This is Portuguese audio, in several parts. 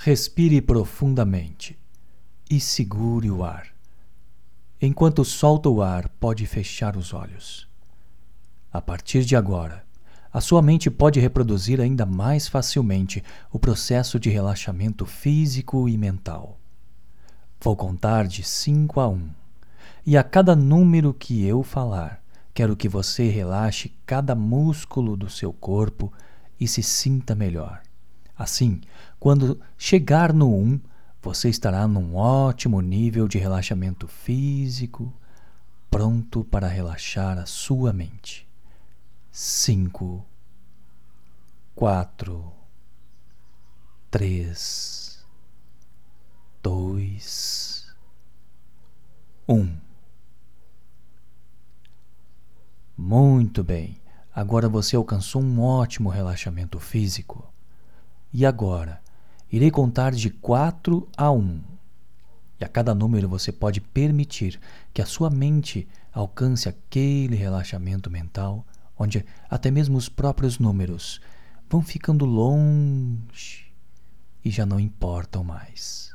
Respire profundamente e segure o ar. Enquanto solta o ar, pode fechar os olhos. A partir de agora, a sua mente pode reproduzir ainda mais facilmente o processo de relaxamento físico e mental. Vou contar de 5 a 1, e a cada número que eu falar, quero que você relaxe cada músculo do seu corpo e se sinta melhor. Assim, quando chegar no 1, você estará num ótimo nível de relaxamento físico, pronto para relaxar a sua mente. 5, 4, 3, 2, 1. Muito bem. Agora você alcançou um ótimo relaxamento físico. E agora, irei contar de 4 a 1. E a cada número você pode permitir que a sua mente alcance aquele relaxamento mental, onde até mesmo os próprios números vão ficando longe e já não importam mais.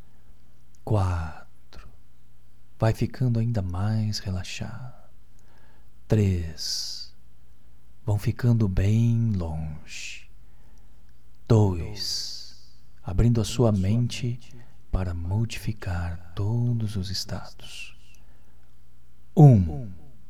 4. Vai ficando ainda mais relaxado. 3. Vão ficando bem longe. 2. Abrindo a sua mente para modificar todos os estados. 1.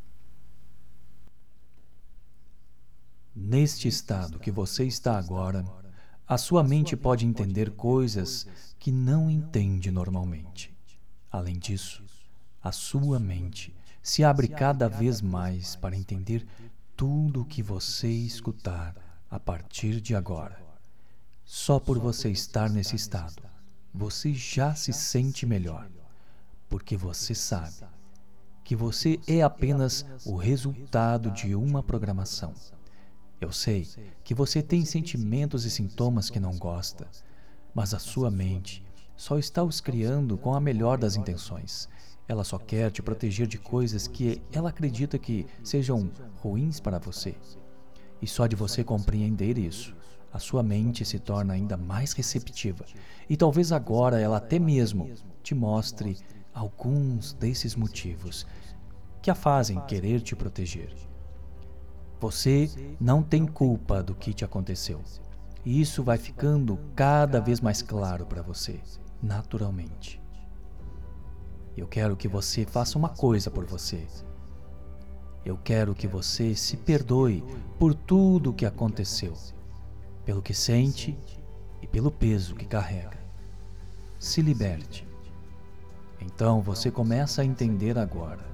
Neste estado que você está agora, a sua mente pode entender coisas que não entende normalmente. Além disso, a sua mente se abre cada vez mais para entender tudo o que você escutar a partir de agora. Só por você estar nesse estado, você já se sente melhor, porque você sabe que você é apenas o resultado de uma programação. Eu sei que você tem sentimentos e sintomas que não gosta, mas a sua mente só está os criando com a melhor das intenções. Ela só quer te proteger de coisas que ela acredita que sejam ruins para você. E só de você compreender isso, a sua mente se torna ainda mais receptiva. E talvez agora ela até mesmo te mostre alguns desses motivos que a fazem querer te proteger. Você não tem culpa do que te aconteceu. E isso vai ficando cada vez mais claro para você, naturalmente. Eu quero que você faça uma coisa por você. Eu quero que você se perdoe por tudo o que aconteceu, pelo que sente e pelo peso que carrega. Se liberte. Então você começa a entender agora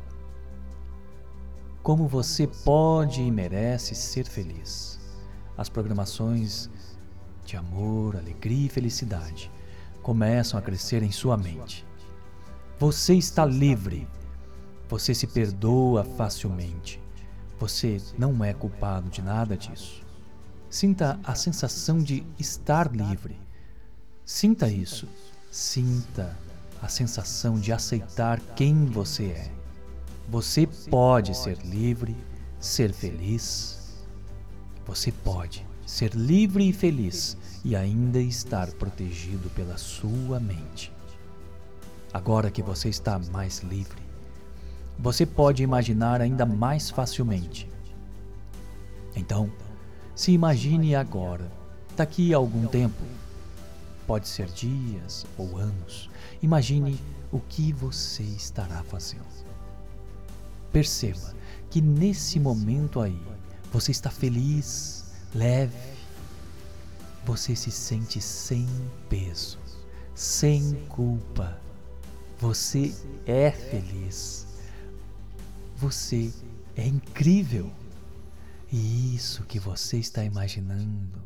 como você pode e merece ser feliz. As programações de amor, alegria e felicidade começam a crescer em sua mente. Você está livre. Você se perdoa facilmente. Você não é culpado de nada disso. Sinta a sensação de estar livre. Sinta isso. Sinta a sensação de aceitar quem você é. Você pode ser livre, ser feliz. Você pode ser livre e feliz e ainda estar protegido pela sua mente. Agora que você está mais livre, você pode imaginar ainda mais facilmente. Então, se imagine agora, daqui a algum tempo, pode ser dias ou anos, imagine o que você estará fazendo. Perceba que nesse momento aí, você está feliz, leve, você se sente sem peso, sem culpa, você é feliz, você é incrível. E isso que você está imaginando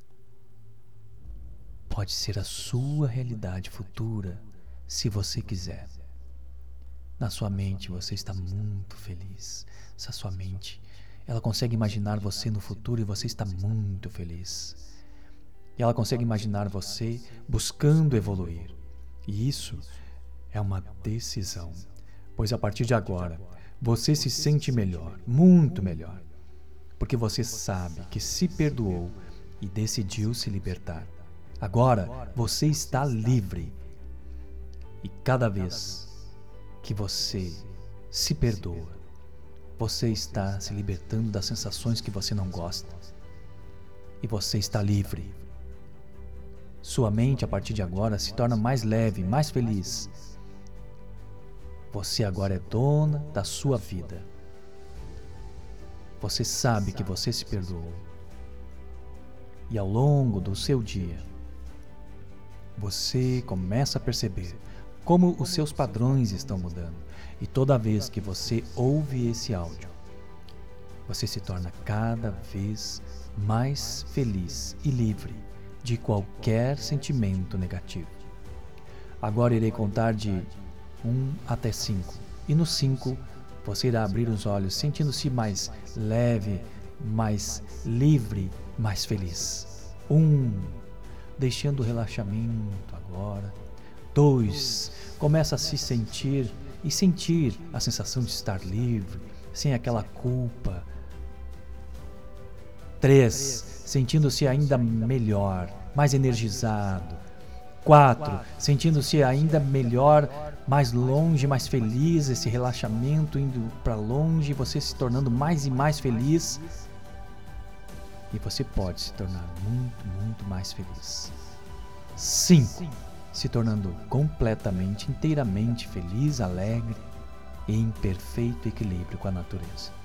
pode ser a sua realidade futura, se você quiser. Na sua mente você está muito feliz. Essa sua mente, ela consegue imaginar você no futuro e você está muito feliz. E ela consegue imaginar você buscando evoluir. E isso é uma decisão, pois a partir de agora você se sente melhor, muito melhor, porque você sabe que se perdoou e decidiu se libertar. Agora você está livre. E cada vez que você se perdoa, você está se libertando das sensações que você não gosta. E você está livre. Sua mente, a partir de agora, se torna mais leve, mais feliz. Você agora é dona da sua vida. Você sabe que você se perdoou. E ao longo do seu dia, você começa a perceber como os seus padrões estão mudando. E toda vez que você ouve esse áudio, você se torna cada vez mais feliz e livre de qualquer sentimento negativo. Agora irei contar de 1 até 5. E no 5, você irá abrir os olhos sentindo-se mais leve, mais livre, mais feliz. 1. Deixando o relaxamento agora. 2. Começa a se sentir e sentir a sensação de estar livre, sem aquela culpa. 3. Sentindo-se ainda melhor, mais energizado. 4. Sentindo-se ainda melhor, mais longe, mais feliz, esse relaxamento indo para longe, você se tornando mais e mais feliz. E você pode se tornar muito, muito mais feliz. 5. Se tornando completamente, inteiramente feliz, alegre e em perfeito equilíbrio com a natureza.